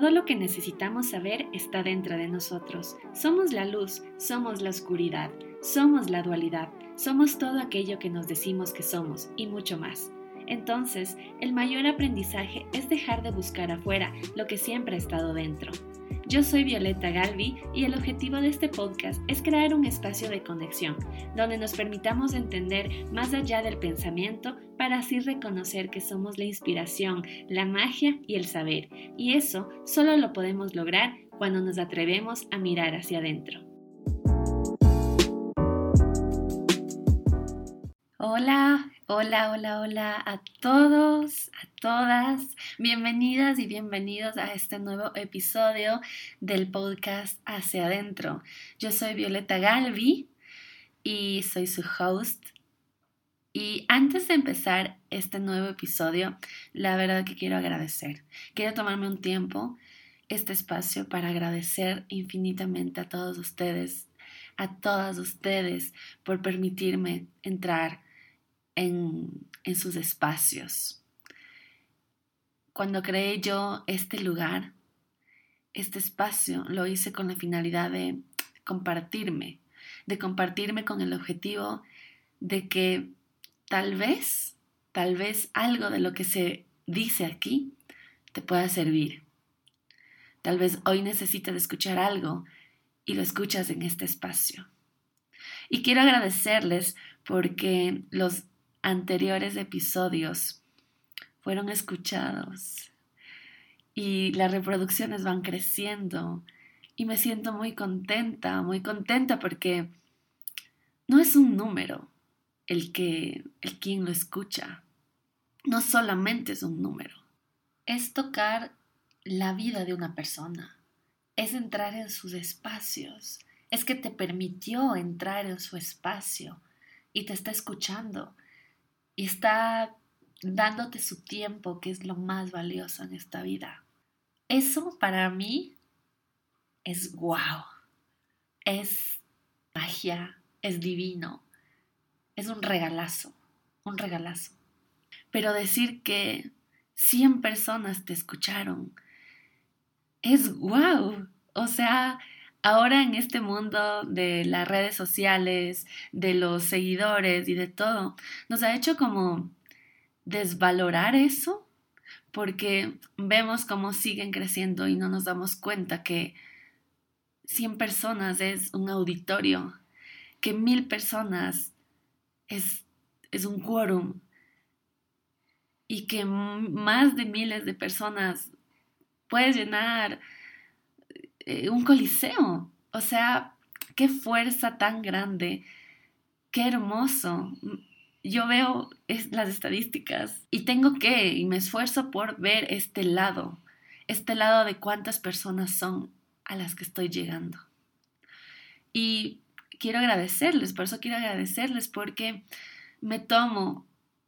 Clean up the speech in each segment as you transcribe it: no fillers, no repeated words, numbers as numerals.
Todo lo que necesitamos saber está dentro de nosotros. Somos la luz, somos la oscuridad, somos la dualidad, somos todo aquello que nos decimos que somos y mucho más. Entonces, el mayor aprendizaje es dejar de buscar afuera lo que siempre ha estado dentro. Yo soy Violeta Galvi y el objetivo de este podcast es crear un espacio de conexión donde nos permitamos entender más allá del pensamiento para así reconocer que somos la inspiración, la magia y el saber. Y eso solo lo podemos lograr cuando nos atrevemos a mirar hacia adentro. Hola a todos, a todas. Bienvenidas y bienvenidos a este nuevo episodio del podcast Hacia Adentro. Yo soy Violeta Galvi y soy su host. Y antes de empezar este nuevo episodio, la verdad que quiero agradecer. Quiero tomarme un tiempo, este espacio, para agradecer infinitamente a todos ustedes, a todas ustedes, por permitirme entrar en sus espacios. Cuando creé yo este lugar, este espacio, lo hice con la finalidad de compartirme con el objetivo de que tal vez algo de lo que se dice aquí te pueda servir. Tal vez hoy necesitas escuchar algo y lo escuchas en este espacio. Y quiero agradecerles porque los anteriores episodios fueron escuchados y las reproducciones van creciendo y me siento muy contenta porque no es un número el quien lo escucha, no solamente es un número, es tocar la vida de una persona, es entrar en sus espacios, es que te permitió entrar en su espacio y te está escuchando y está dándote su tiempo, que es lo más valioso en esta vida. Eso para mí es wow, es magia, es divino, es un regalazo. Pero decir que 100 personas te escucharon es wow. O sea, ahora en este mundo de las redes sociales, de los seguidores y de todo, nos ha hecho como desvalorar eso porque vemos cómo siguen creciendo y no nos damos cuenta que 100 personas es un auditorio, que 1000 personas es un quórum y que más de miles de personas puedes llenar un coliseo. O sea, qué fuerza tan grande, qué hermoso. Yo veo las estadísticas y y me esfuerzo por ver este lado de cuántas personas son a las que estoy llegando. Y por eso quiero agradecerles porque me tomo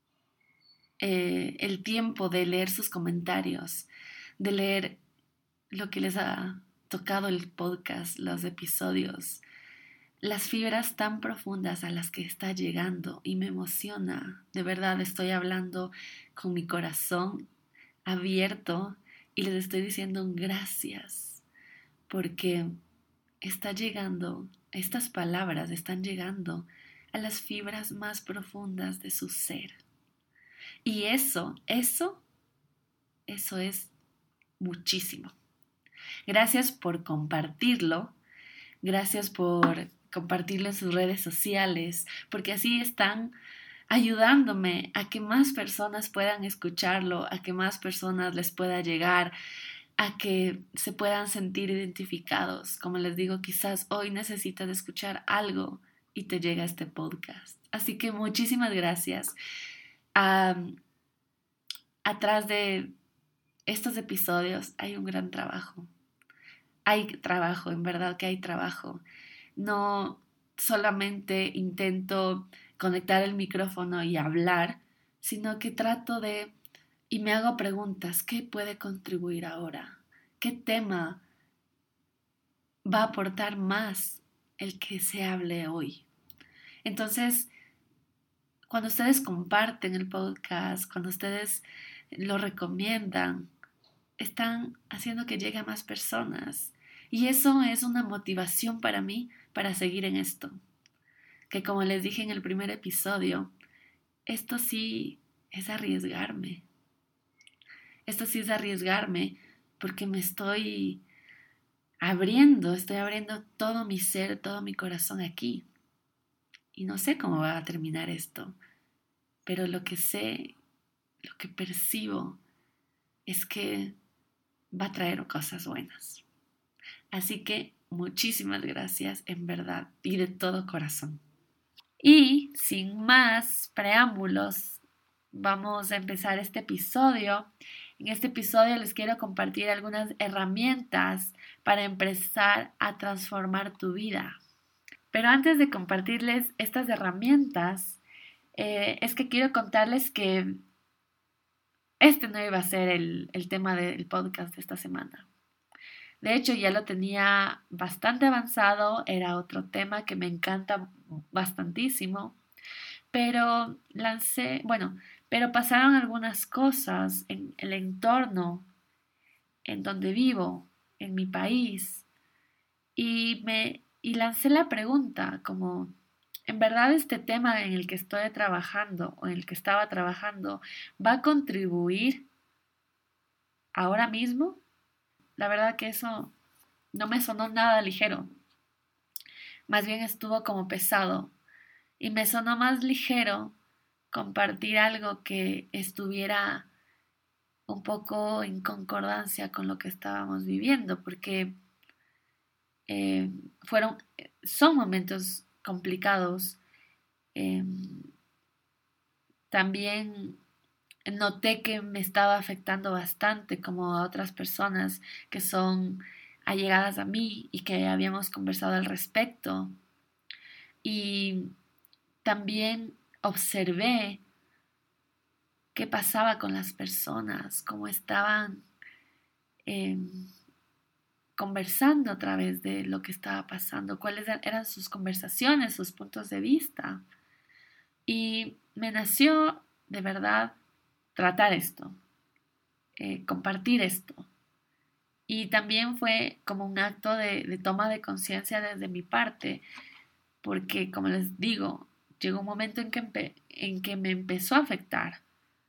el tiempo de leer sus comentarios, de leer lo que les ha tocado el podcast, los episodios, las fibras tan profundas a las que está llegando y me emociona. De verdad estoy hablando con mi corazón abierto y les estoy diciendo gracias porque estas palabras están llegando a las fibras más profundas de su ser. Y eso es muchísimo. Gracias por compartirlo. Gracias por compartirlo en sus redes sociales, porque así están ayudándome a que más personas puedan escucharlo, a que más personas les pueda llegar, a que se puedan sentir identificados. Como les digo, quizás hoy necesitas escuchar algo y te llega este podcast. Así que muchísimas gracias. Atrás de estos episodios hay un gran trabajo. Hay trabajo, en verdad que hay trabajo. No solamente intento conectar el micrófono y hablar, sino que y me hago preguntas. ¿Qué puede contribuir ahora? ¿Qué tema va a aportar más el que se hable hoy? Entonces, cuando ustedes comparten el podcast, cuando ustedes lo recomiendan, están haciendo que llegue a más personas. Y eso es una motivación para mí para seguir en esto. Que como les dije en el primer episodio, esto sí es arriesgarme. Esto sí es arriesgarme porque me estoy abriendo todo mi ser, todo mi corazón aquí. Y no sé cómo va a terminar esto, pero lo que sé, lo que percibo es que va a traer cosas buenas. Así que muchísimas gracias en verdad y de todo corazón. Y sin más preámbulos, vamos a empezar este episodio. En este episodio les quiero compartir algunas herramientas para empezar a transformar tu vida. Pero antes de compartirles estas herramientas, es que quiero contarles que este no iba a ser el tema del podcast de esta semana. De hecho, ya lo tenía bastante avanzado, era otro tema que me encanta bastantísimo, pero pero pasaron algunas cosas en el entorno en donde vivo, en mi país, y lancé la pregunta como, ¿en verdad este tema en el que estoy trabajando o en el que estaba trabajando va a contribuir ahora mismo? La verdad que eso no me sonó nada ligero, más bien estuvo como pesado y me sonó más ligero compartir algo que estuviera un poco en concordancia con lo que estábamos viviendo, porque eh, fueron, son momentos complicados. Eh, También noté que me estaba afectando bastante como a otras personas que son allegadas a mí y que habíamos conversado al respecto. Y también observé qué pasaba con las personas, cómo estaban eh, conversando a través de lo que estaba pasando, cuáles eran sus conversaciones, sus puntos de vista. Y me nació de verdad tratar esto, compartir esto. Y también fue como un acto de toma de conciencia desde mi parte, porque como les digo, llegó un momento en que me empezó a afectar,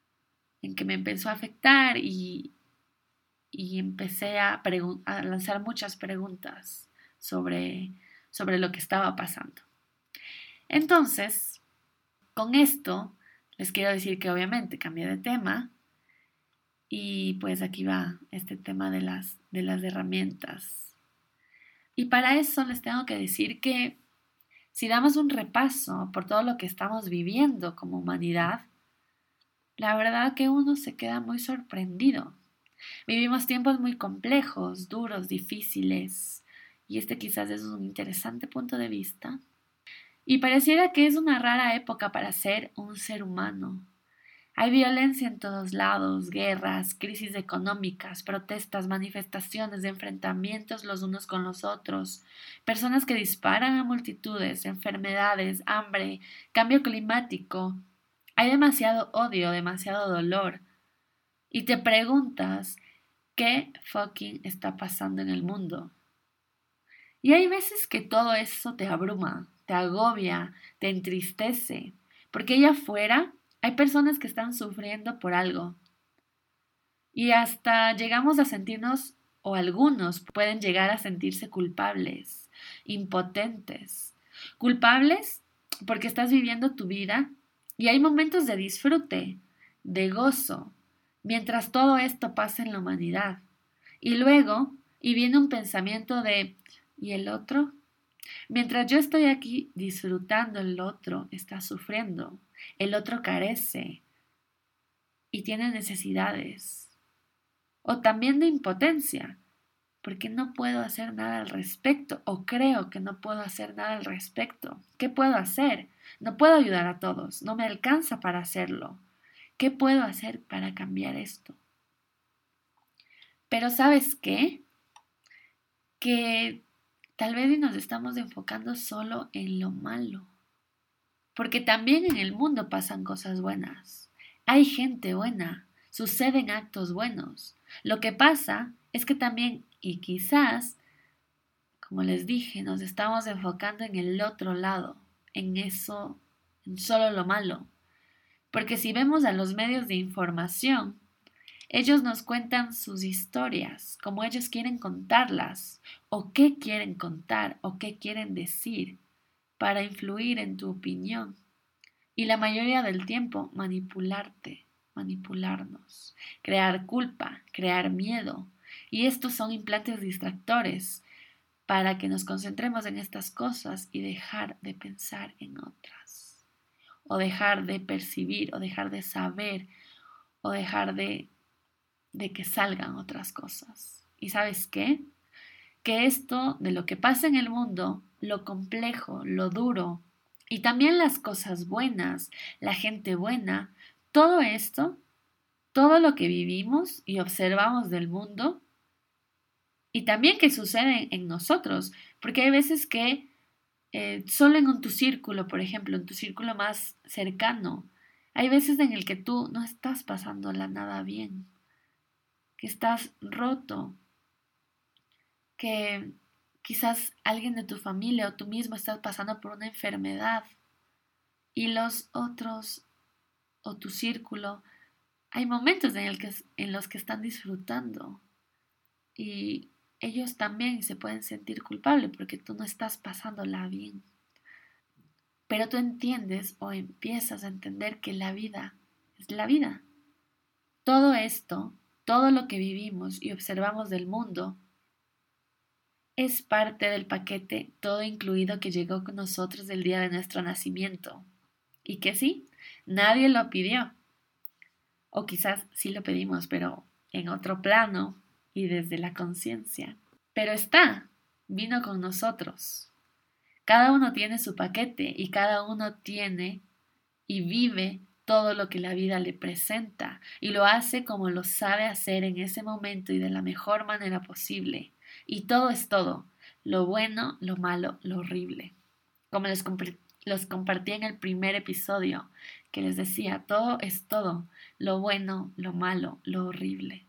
y empecé a lanzar muchas preguntas sobre lo que estaba pasando. Entonces, con esto, les quiero decir que obviamente cambié de tema y pues aquí va este tema de las herramientas. Y para eso les tengo que decir que si damos un repaso por todo lo que estamos viviendo como humanidad, la verdad que uno se queda muy sorprendido. Vivimos tiempos muy complejos, duros, difíciles, y este quizás es un interesante punto de vista. Y pareciera que es una rara época para ser un ser humano. Hay violencia en todos lados, guerras, crisis económicas, protestas, manifestaciones, enfrentamientos los unos con los otros, personas que disparan a multitudes, enfermedades, hambre, cambio climático. Hay demasiado odio, demasiado dolor. Y te preguntas, ¿qué fucking está pasando en el mundo? Y hay veces que todo eso te abruma, te agobia, te entristece, porque allá afuera hay personas que están sufriendo por algo. Y hasta llegamos a sentirnos, o algunos pueden llegar a sentirse culpables, impotentes. Culpables porque estás viviendo tu vida y hay momentos de disfrute, de gozo, mientras todo esto pasa en la humanidad. Y luego, y viene un pensamiento de, ¿y el otro? Mientras yo estoy aquí disfrutando, el otro está sufriendo, el otro carece y tiene necesidades. O también de impotencia, porque no puedo hacer nada al respecto, o creo que no puedo hacer nada al respecto. ¿Qué puedo hacer? No puedo ayudar a todos, no me alcanza para hacerlo. ¿Qué puedo hacer para cambiar esto? Pero ¿sabes qué? Que tal vez nos estamos enfocando solo en lo malo, porque también en el mundo pasan cosas buenas. Hay gente buena, suceden actos buenos. Lo que pasa es que también, y quizás, como les dije, nos estamos enfocando en el otro lado, en eso, en solo lo malo. Porque si vemos a los medios de información, ellos nos cuentan sus historias, como ellos quieren contarlas, o qué quieren contar, o qué quieren decir, para influir en tu opinión. Y la mayoría del tiempo manipularte, manipularnos, crear culpa, crear miedo. Y estos son implantes distractores para que nos concentremos en estas cosas y dejar de pensar en otras. O dejar de percibir, o dejar de saber, o dejar de que salgan otras cosas. ¿Y sabes qué? Que esto de lo que pasa en el mundo, lo complejo, lo duro, y también las cosas buenas, la gente buena, todo esto, todo lo que vivimos y observamos del mundo, y también que sucede en nosotros, porque hay veces que solo en tu círculo, por ejemplo, en tu círculo más cercano, hay veces en el que tú no estás pasándola nada bien, que estás roto, que quizás alguien de tu familia o tú mismo estás pasando por una enfermedad y los otros o tu círculo, hay momentos en los que están disfrutando y ellos también se pueden sentir culpables porque tú no estás pasándola bien. Pero tú entiendes o empiezas a entender que la vida es la vida. Todo esto, todo lo que vivimos y observamos del mundo, es parte del paquete todo incluido que llegó con nosotros el día de nuestro nacimiento. Y que sí, nadie lo pidió. O quizás sí lo pedimos, pero en otro plano y desde la conciencia. Pero está, vino con nosotros. Cada uno tiene su paquete y cada uno tiene y vive todo lo que la vida le presenta y lo hace como lo sabe hacer en ese momento y de la mejor manera posible. Y todo es todo, lo bueno, lo malo, lo horrible. Como los compartí en el primer episodio, que les decía, todo es todo, lo bueno, lo malo, lo horrible.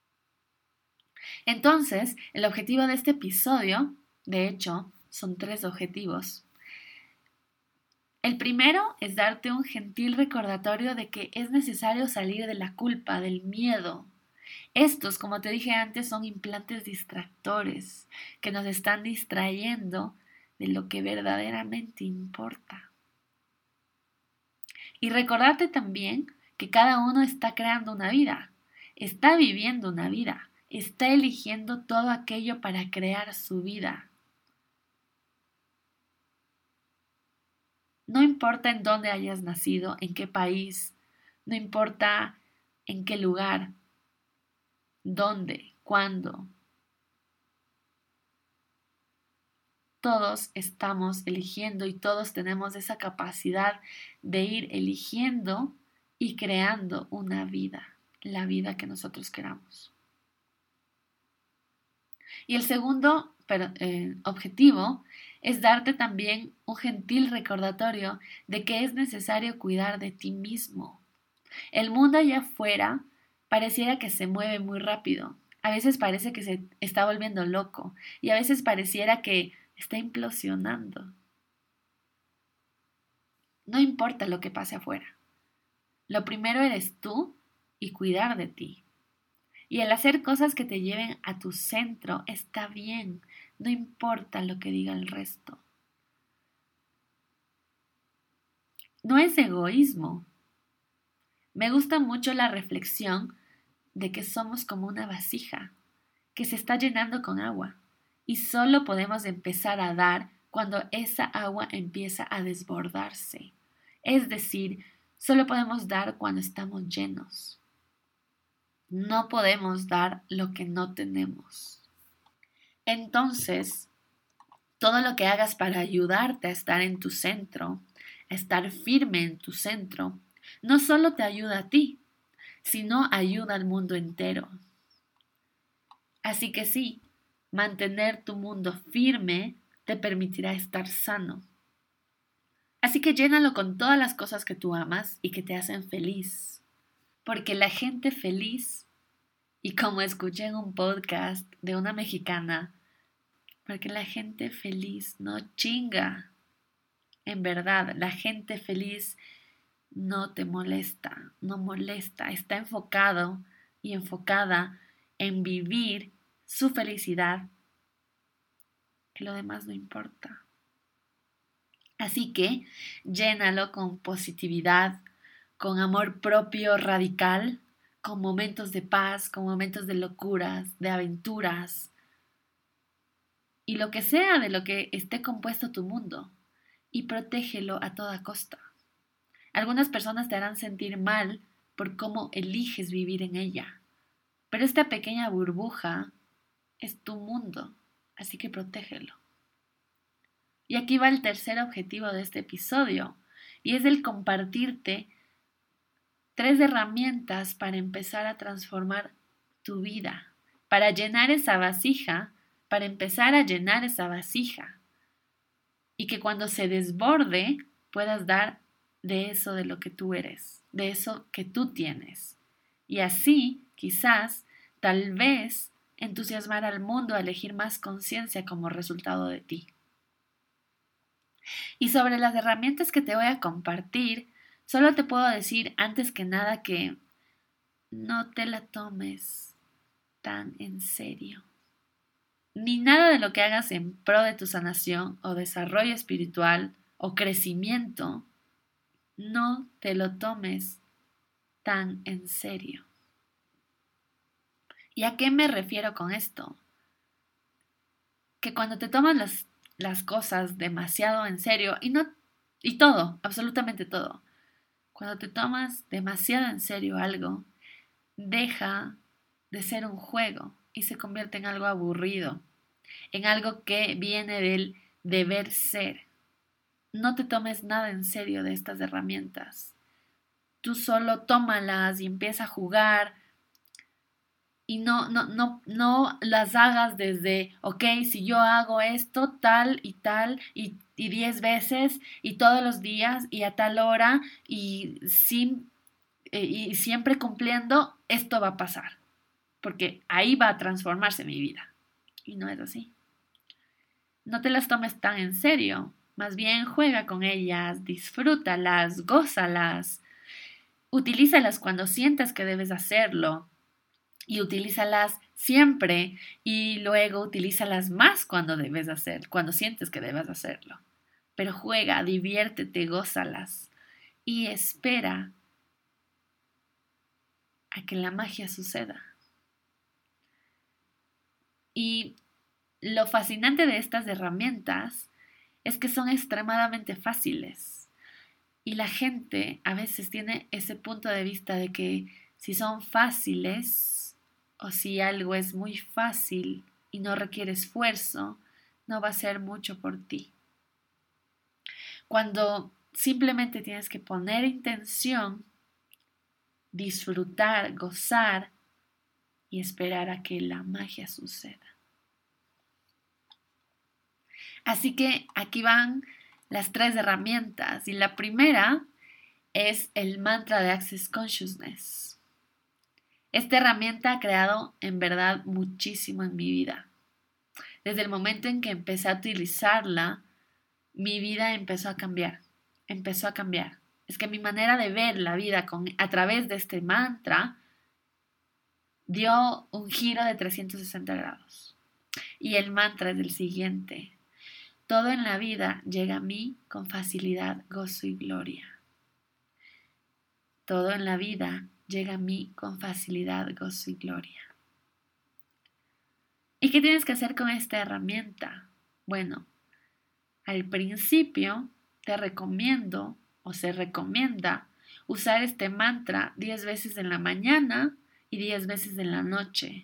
Entonces, el objetivo de este episodio, de hecho, son 3 objetivos. El primero es darte un gentil recordatorio de que es necesario salir de la culpa, del miedo. Estos, como te dije antes, son implantes distractores que nos están distrayendo de lo que verdaderamente importa. Y recordarte también que cada uno está creando una vida, está viviendo una vida, está eligiendo todo aquello para crear su vida. No importa en dónde hayas nacido, en qué país, no importa en qué lugar, dónde, cuándo. Todos estamos eligiendo y todos tenemos esa capacidad de ir eligiendo y creando una vida, la vida que nosotros queramos. Y el segundo objetivo es darte también un gentil recordatorio de que es necesario cuidar de ti mismo. El mundo allá afuera pareciera que se mueve muy rápido. A veces parece que se está volviendo loco y a veces pareciera que está implosionando. No importa lo que pase afuera. Lo primero eres tú y cuidar de ti. Y el hacer cosas que te lleven a tu centro está bien, no importa lo que diga el resto. No es egoísmo. Me gusta mucho la reflexión de que somos como una vasija que se está llenando con agua y solo podemos empezar a dar cuando esa agua empieza a desbordarse. Es decir, solo podemos dar cuando estamos llenos. No podemos dar lo que no tenemos. Entonces, todo lo que hagas para ayudarte a estar en tu centro, a estar firme en tu centro, no solo te ayuda a ti, sino ayuda al mundo entero. Así que sí, mantener tu mundo firme te permitirá estar sano. Así que llénalo con todas las cosas que tú amas y que te hacen feliz. Porque la gente feliz, y como escuché en un podcast de una mexicana, porque la gente feliz no chinga. En verdad, la gente feliz no te molesta, no molesta, está enfocado y enfocada en vivir su felicidad, que lo demás no importa. Así que llénalo con positividad, con amor propio radical, con momentos de paz, con momentos de locuras, de aventuras y lo que sea de lo que esté compuesto tu mundo, y protégelo a toda costa. Algunas personas te harán sentir mal por cómo eliges vivir en ella, pero esta pequeña burbuja es tu mundo, así que protégelo. Y aquí va el tercer objetivo de este episodio, y es el compartirte 3 herramientas para empezar a transformar tu vida, para llenar esa vasija, para empezar a llenar esa vasija, y que cuando se desborde puedas dar de eso de lo que tú eres, de eso que tú tienes. Y así, quizás, tal vez, entusiasmar al mundo a elegir más conciencia como resultado de ti. Y sobre las herramientas que te voy a compartir, solo te puedo decir antes que nada que no te la tomes tan en serio. Ni nada de lo que hagas en pro de tu sanación o desarrollo espiritual o crecimiento, no te lo tomes tan en serio. ¿Y a qué me refiero con esto? Que cuando te tomas las cosas demasiado en serio, y todo, absolutamente todo, cuando te tomas demasiado en serio algo, deja de ser un juego y se convierte en algo aburrido, en algo que viene del deber ser. No te tomes nada en serio de estas herramientas. Tú solo tómalas y empieza a jugar y no las hagas desde, ok, si yo hago esto tal y 10 veces y todos los días y a tal hora y siempre cumpliendo, esto va a pasar, porque ahí va a transformarse mi vida. Y no es así. No te las tomes tan en serio, más bien juega con ellas, disfrútalas, gózalas, utilízalas cuando sientas que debes hacerlo y utilízalas siempre y luego utilízalas más cuando sientes que debes hacerlo. Pero juega, diviértete, gózalas y espera a que la magia suceda. Y lo fascinante de estas herramientas es que son extremadamente fáciles. Y la gente a veces tiene ese punto de vista de que si son fáciles o si algo es muy fácil y no requiere esfuerzo, no va a ser mucho por ti. Cuando simplemente tienes que poner intención, disfrutar, gozar y esperar a que la magia suceda. Así que aquí van las 3 herramientas y la primera es el mantra de Access Consciousness. Esta herramienta ha creado en verdad muchísimo en mi vida. Desde el momento en que empecé a utilizarla, mi vida empezó a cambiar. Es que mi manera de ver la vida a través de este mantra dio un giro de 360 grados. Y el mantra es el siguiente. Todo en la vida llega a mí con facilidad, gozo y gloria. Todo en la vida llega a mí con facilidad, gozo y gloria. ¿Y qué tienes que hacer con esta herramienta? Bueno, al principio te recomiendo o se recomienda usar este mantra 10 veces en la mañana y 10 veces en la noche.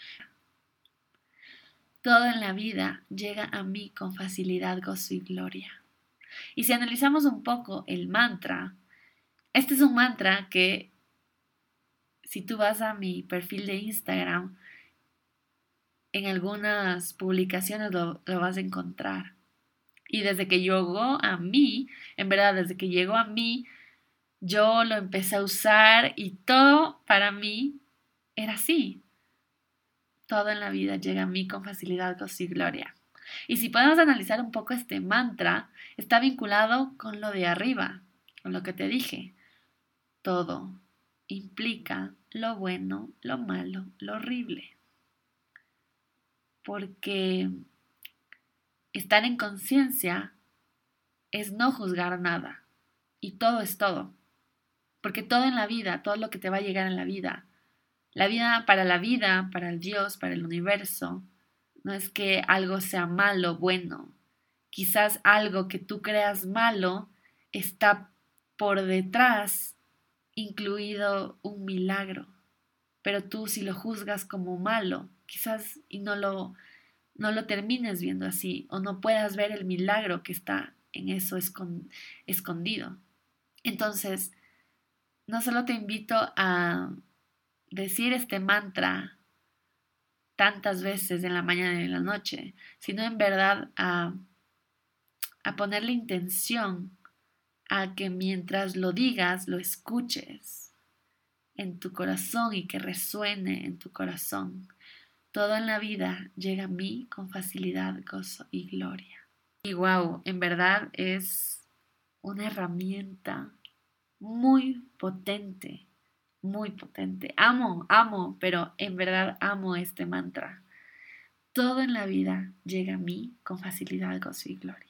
Todo en la vida llega a mí con facilidad, gozo y gloria. Y si analizamos un poco el mantra, este es un mantra que si tú vas a mi perfil de Instagram, en algunas publicaciones lo vas a encontrar. Y desde que llegó a mí, en verdad, desde que llegó a mí, yo lo empecé a usar y todo para mí era así. Todo en la vida llega a mí con facilidad, gozo y gloria. Y si podemos analizar un poco este mantra, está vinculado con lo de arriba, con lo que te dije. Todo implica lo bueno, lo malo, lo horrible. Porque estar en conciencia es no juzgar nada. Y todo es todo. Porque todo en la vida, todo lo que te va a llegar en la vida, la vida, para el Dios, para el universo, no es que algo sea malo o bueno. Quizás algo que tú creas malo está por detrás incluido un milagro. Pero tú si lo juzgas como malo, quizás y no lo termines viendo así o no puedas ver el milagro que está en eso escondido. Entonces, no solo te invito a decir este mantra tantas veces en la mañana y en la noche, sino en verdad a ponerle intención a que mientras lo digas, lo escuches en tu corazón y que resuene en tu corazón. Todo en la vida llega a mí con facilidad, gozo y gloria. Y wow, en verdad es una herramienta muy potente, muy potente. Amo, pero en verdad amo este mantra. Todo en la vida llega a mí con facilidad, gozo y gloria.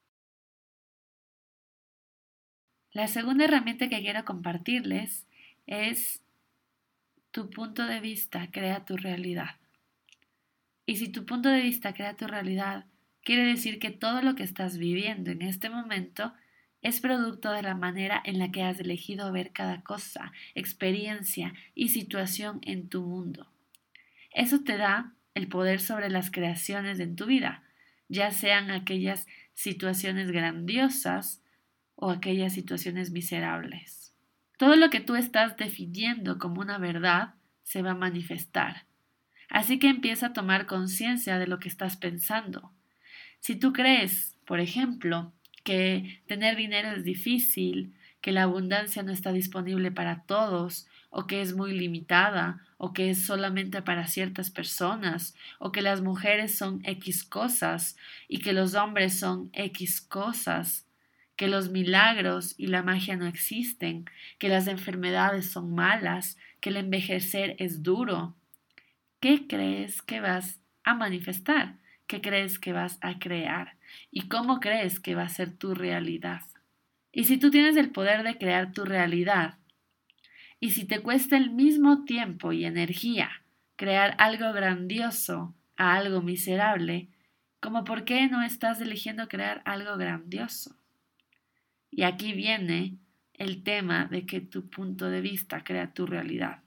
La segunda herramienta que quiero compartirles es tu punto de vista crea tu realidad. Y si tu punto de vista crea tu realidad, quiere decir que todo lo que estás viviendo en este momento es producto de la manera en la que has elegido ver cada cosa, experiencia y situación en tu mundo. Eso te da el poder sobre las creaciones en tu vida, ya sean aquellas situaciones grandiosas o aquellas situaciones miserables. Todo lo que tú estás definiendo como una verdad se va a manifestar. Así que empieza a tomar conciencia de lo que estás pensando. Si tú crees, por ejemplo, que tener dinero es difícil, que la abundancia no está disponible para todos, o que es muy limitada, o que es solamente para ciertas personas, o que las mujeres son X cosas y que los hombres son X cosas, que los milagros y la magia no existen, que las enfermedades son malas, que el envejecer es duro, ¿qué crees que vas a manifestar? ¿Qué crees que vas a crear? ¿Y cómo crees que va a ser tu realidad? Y si tú tienes el poder de crear tu realidad, y si te cuesta el mismo tiempo y energía crear algo grandioso a algo miserable, ¿cómo por qué no estás eligiendo crear algo grandioso? Y aquí viene el tema de que tu punto de vista crea tu realidad.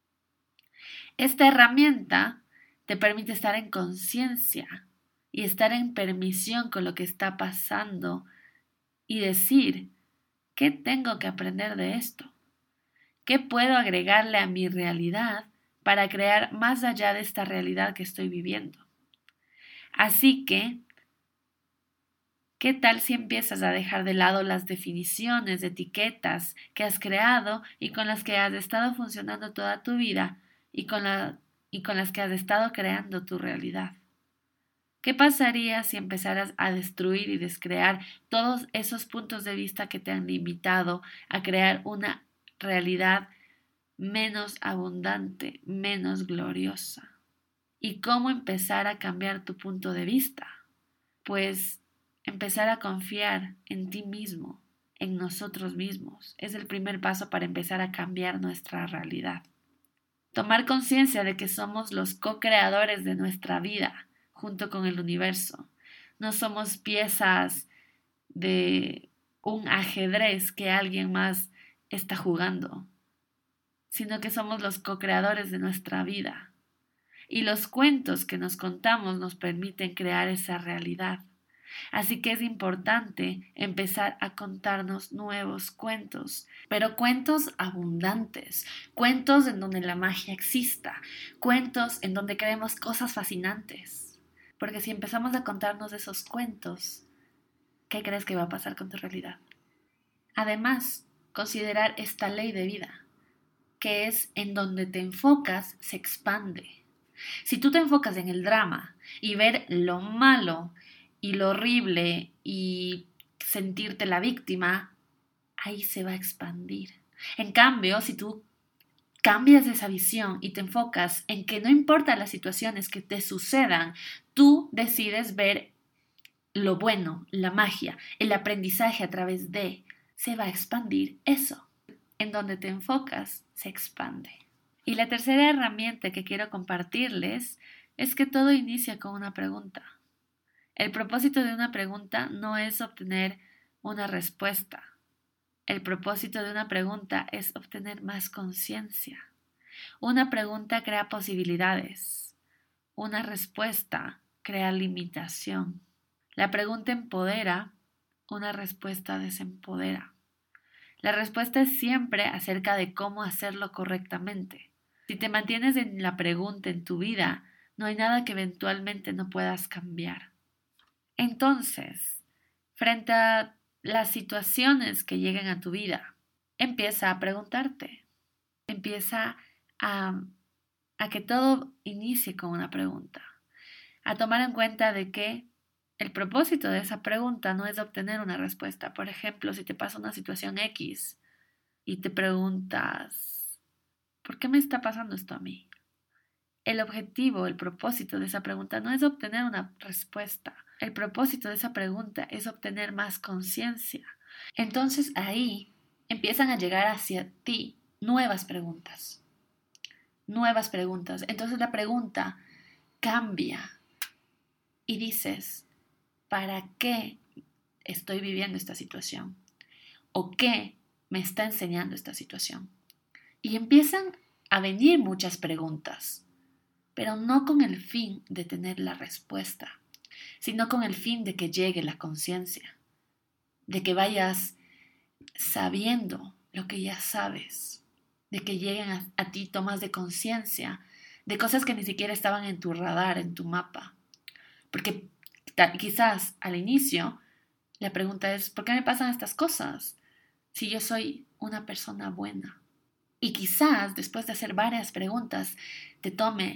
Esta herramienta te permite estar en conciencia y estar en permisión con lo que está pasando y decir, ¿qué tengo que aprender de esto? ¿Qué puedo agregarle a mi realidad para crear más allá de esta realidad que estoy viviendo? Así que, ¿qué tal si empiezas a dejar de lado las definiciones, etiquetas que has creado y con las que has estado funcionando toda tu vida y con las que has estado creando tu realidad? ¿Qué pasaría si empezaras a destruir y descrear todos esos puntos de vista que te han limitado a crear una realidad menos abundante, menos gloriosa? ¿Y cómo empezar a cambiar tu punto de vista? Pues empezar a confiar en ti mismo, en nosotros mismos. Es el primer paso para empezar a cambiar nuestra realidad. Tomar conciencia de que somos los co-creadores de nuestra vida junto con el universo. No somos piezas de un ajedrez que alguien más está jugando, sino que somos los co-creadores de nuestra vida. Y los cuentos que nos contamos nos permiten crear esa realidad. Así que es importante empezar a contarnos nuevos cuentos, pero cuentos abundantes, cuentos en donde la magia exista, cuentos en donde creemos cosas fascinantes. Porque si empezamos a contarnos esos cuentos, ¿qué crees que va a pasar con tu realidad? Además, considerar esta ley de vida, que es en donde te enfocas se expande. Si tú te enfocas en el drama y ver lo malo y lo horrible y sentirte la víctima, ahí se va a expandir. En cambio, si tú cambias esa visión y te enfocas en que no importa las situaciones que te sucedan, tú decides ver lo bueno, la magia, el aprendizaje a través de, se va a expandir eso. En donde te enfocas, se expande. Y la tercera herramienta que quiero compartirles es que todo inicia con una pregunta. El propósito de una pregunta no es obtener una respuesta. El propósito de una pregunta es obtener más conciencia. Una pregunta crea posibilidades. Una respuesta crea limitación. La pregunta empodera, una respuesta desempodera. La respuesta es siempre acerca de cómo hacerlo correctamente. Si te mantienes en la pregunta en tu vida, no hay nada que eventualmente no puedas cambiar. Entonces, frente a las situaciones que lleguen a tu vida, empieza a preguntarte. Empieza a que todo inicie con una pregunta. A tomar en cuenta de que el propósito de esa pregunta no es obtener una respuesta. Por ejemplo, si te pasa una situación X y te preguntas, ¿por qué me está pasando esto a mí? El objetivo, el propósito de esa pregunta no es obtener una respuesta. El propósito de esa pregunta es obtener más conciencia. Entonces ahí empiezan a llegar hacia ti nuevas preguntas. Nuevas preguntas. Entonces la pregunta cambia y dices, ¿para qué estoy viviendo esta situación? ¿O qué me está enseñando esta situación? Y empiezan a venir muchas preguntas, pero no con el fin de tener la respuesta, sino con el fin de que llegue la conciencia, de que vayas sabiendo lo que ya sabes, de que lleguen a ti tomas de conciencia de cosas que ni siquiera estaban en tu radar, en tu mapa. Porque quizás al inicio la pregunta es, ¿por qué me pasan estas cosas si yo soy una persona buena? Y quizás después de hacer varias preguntas te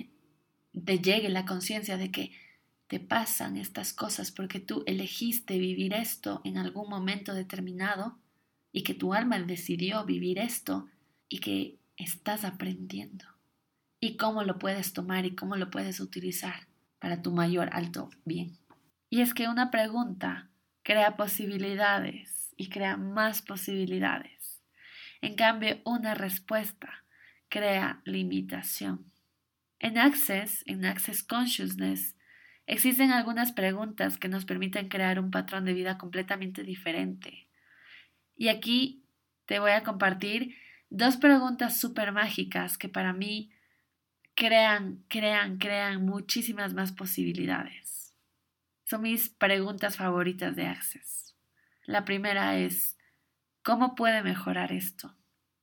llegue la conciencia de que te pasan estas cosas porque tú elegiste vivir esto en algún momento determinado y que tu alma decidió vivir esto y que estás aprendiendo. Y cómo lo puedes tomar y cómo lo puedes utilizar para tu mayor alto bien. Y es que una pregunta crea posibilidades y crea más posibilidades. En cambio, una respuesta crea limitación. En Access Consciousness, existen algunas preguntas que nos permiten crear un patrón de vida completamente diferente. Y aquí te voy a compartir 2 preguntas súper mágicas que para mí crean muchísimas más posibilidades. Son mis preguntas favoritas de Access. La primera es, ¿cómo puede mejorar esto?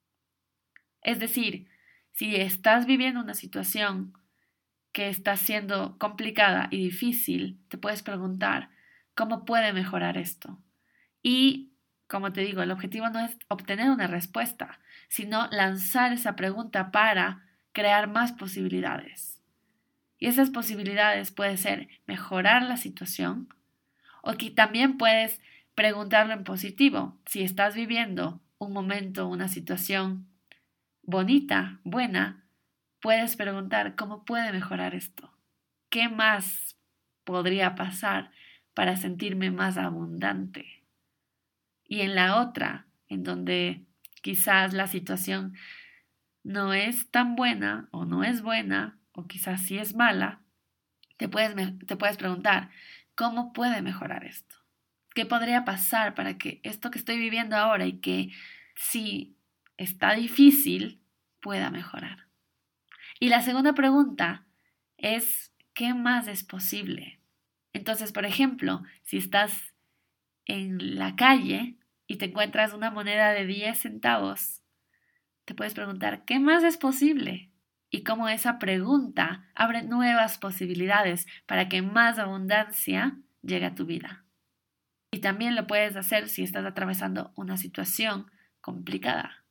Es decir, si estás viviendo una situación que está siendo complicada y difícil, te puedes preguntar, ¿cómo puede mejorar esto? Y, como te digo, el objetivo no es obtener una respuesta, sino lanzar esa pregunta para crear más posibilidades. Y esas posibilidades pueden ser mejorar la situación o que también puedes preguntarlo en positivo. Si estás viviendo un momento, una situación bonita, buena, puedes preguntar cómo puede mejorar esto. ¿Qué más podría pasar para sentirme más abundante? Y en la otra, en donde quizás la situación no es tan buena o no es buena o quizás sí es mala, te puedes preguntar, ¿cómo puede mejorar esto? ¿Qué podría pasar para que esto que estoy viviendo ahora y que sí está difícil pueda mejorar? Y la segunda pregunta es, ¿qué más es posible? Entonces, por ejemplo, si estás en la calle y te encuentras una moneda de 10 centavos, te puedes preguntar, ¿qué más es posible? Y cómo esa pregunta abre nuevas posibilidades para que más abundancia llegue a tu vida. Y también lo puedes hacer si estás atravesando una situación complicada.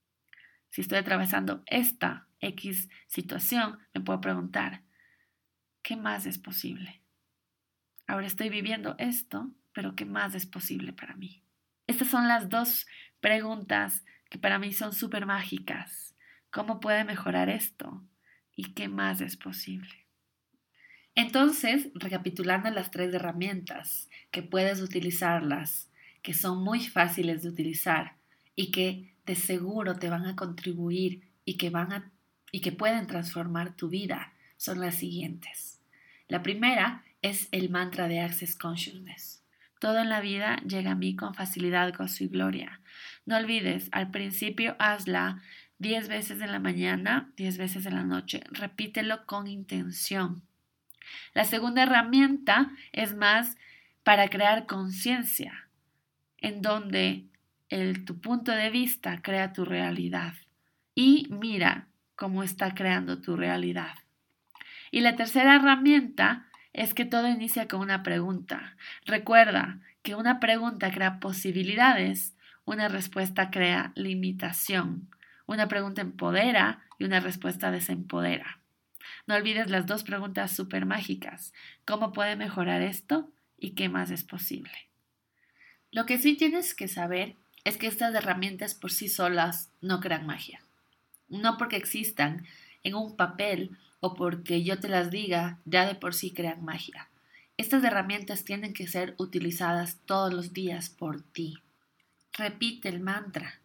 Si estoy atravesando esta X situación, me puedo preguntar, ¿qué más es posible? Ahora estoy viviendo esto, pero ¿qué más es posible para mí? Estas son las dos preguntas que para mí son súper mágicas. ¿Cómo puede mejorar esto? ¿Y qué más es posible? Entonces, recapitulando las 3 herramientas que puedes utilizarlas, que son muy fáciles de utilizar y que de seguro te van a contribuir y que pueden transformar tu vida, son las siguientes. La primera es el mantra de Access Consciousness. Todo en la vida llega a mí con facilidad, gozo y gloria. No olvides, al principio hazla 10 veces en la mañana, 10 veces en la noche. Repítelo con intención. La segunda herramienta es más para crear conciencia, en donde tu punto de vista crea tu realidad. Y mira cómo está creando tu realidad. Y la tercera herramienta es que todo inicia con una pregunta. Recuerda que una pregunta crea posibilidades, una respuesta crea limitación. Una pregunta empodera y una respuesta desempodera. No olvides las 2 preguntas súper mágicas. ¿Cómo puede mejorar esto? ¿Y qué más es posible? Lo que sí tienes que saber es que estas herramientas por sí solas no crean magia. No porque existan en un papel o porque yo te las diga, ya de por sí crean magia. Estas herramientas tienen que ser utilizadas todos los días por ti. Repite el mantra.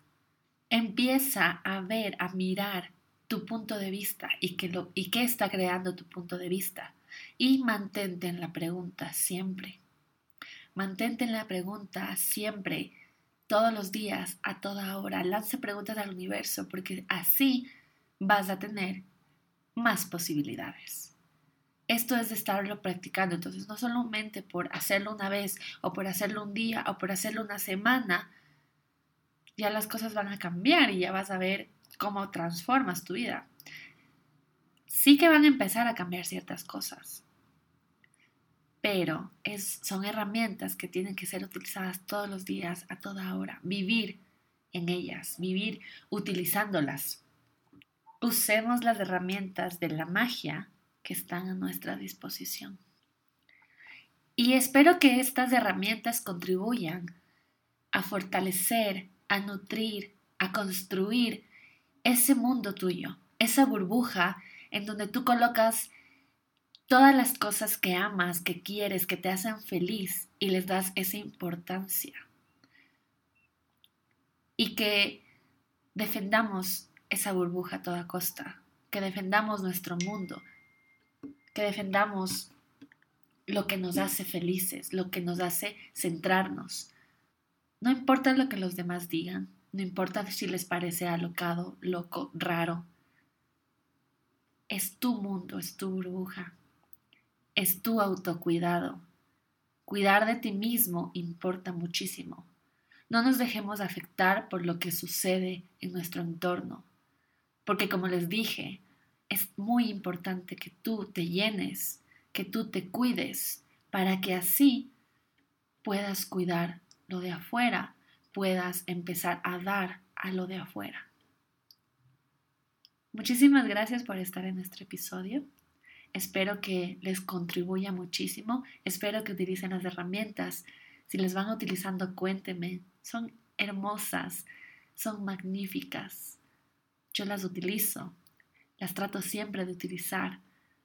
Empieza a ver, a mirar tu punto de vista y qué está creando tu punto de vista. Y mantente en la pregunta siempre. Mantente en la pregunta siempre, todos los días, a toda hora. Lanza preguntas al universo porque así vas a tener más posibilidades. Esto es de estarlo practicando, entonces no solamente por hacerlo una vez o por hacerlo un día o por hacerlo una semana, ya las cosas van a cambiar y ya vas a ver cómo transformas tu vida. Sí que van a empezar a cambiar ciertas cosas, pero son herramientas que tienen que ser utilizadas todos los días, a toda hora, vivir en ellas, vivir utilizándolas. Usemos las herramientas de la magia que están a nuestra disposición. Y espero que estas herramientas contribuyan a fortalecer, a nutrir, a construir ese mundo tuyo, esa burbuja en donde tú colocas todas las cosas que amas, que quieres, que te hacen feliz y les das esa importancia. Y que defendamos esa burbuja a toda costa, que defendamos nuestro mundo, que defendamos lo que nos hace felices, lo que nos hace centrarnos. No importa lo que los demás digan, no importa si les parece alocado, loco, raro. Es tu mundo, es tu burbuja, es tu autocuidado. Cuidar de ti mismo importa muchísimo. No nos dejemos afectar por lo que sucede en nuestro entorno, porque como les dije, es muy importante que tú te llenes, que tú te cuides, para que así puedas cuidar lo de afuera, puedas empezar a dar a lo de afuera. Muchísimas gracias por estar en este episodio. Espero que les contribuya muchísimo. Espero que utilicen las herramientas. Si les van utilizando, cuéntenme. Son hermosas, son magníficas. Yo las utilizo, las trato siempre de utilizar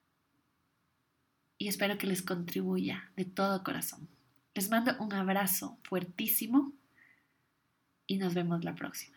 y espero que les contribuya de todo corazón. Les mando un abrazo fuertísimo y nos vemos la próxima.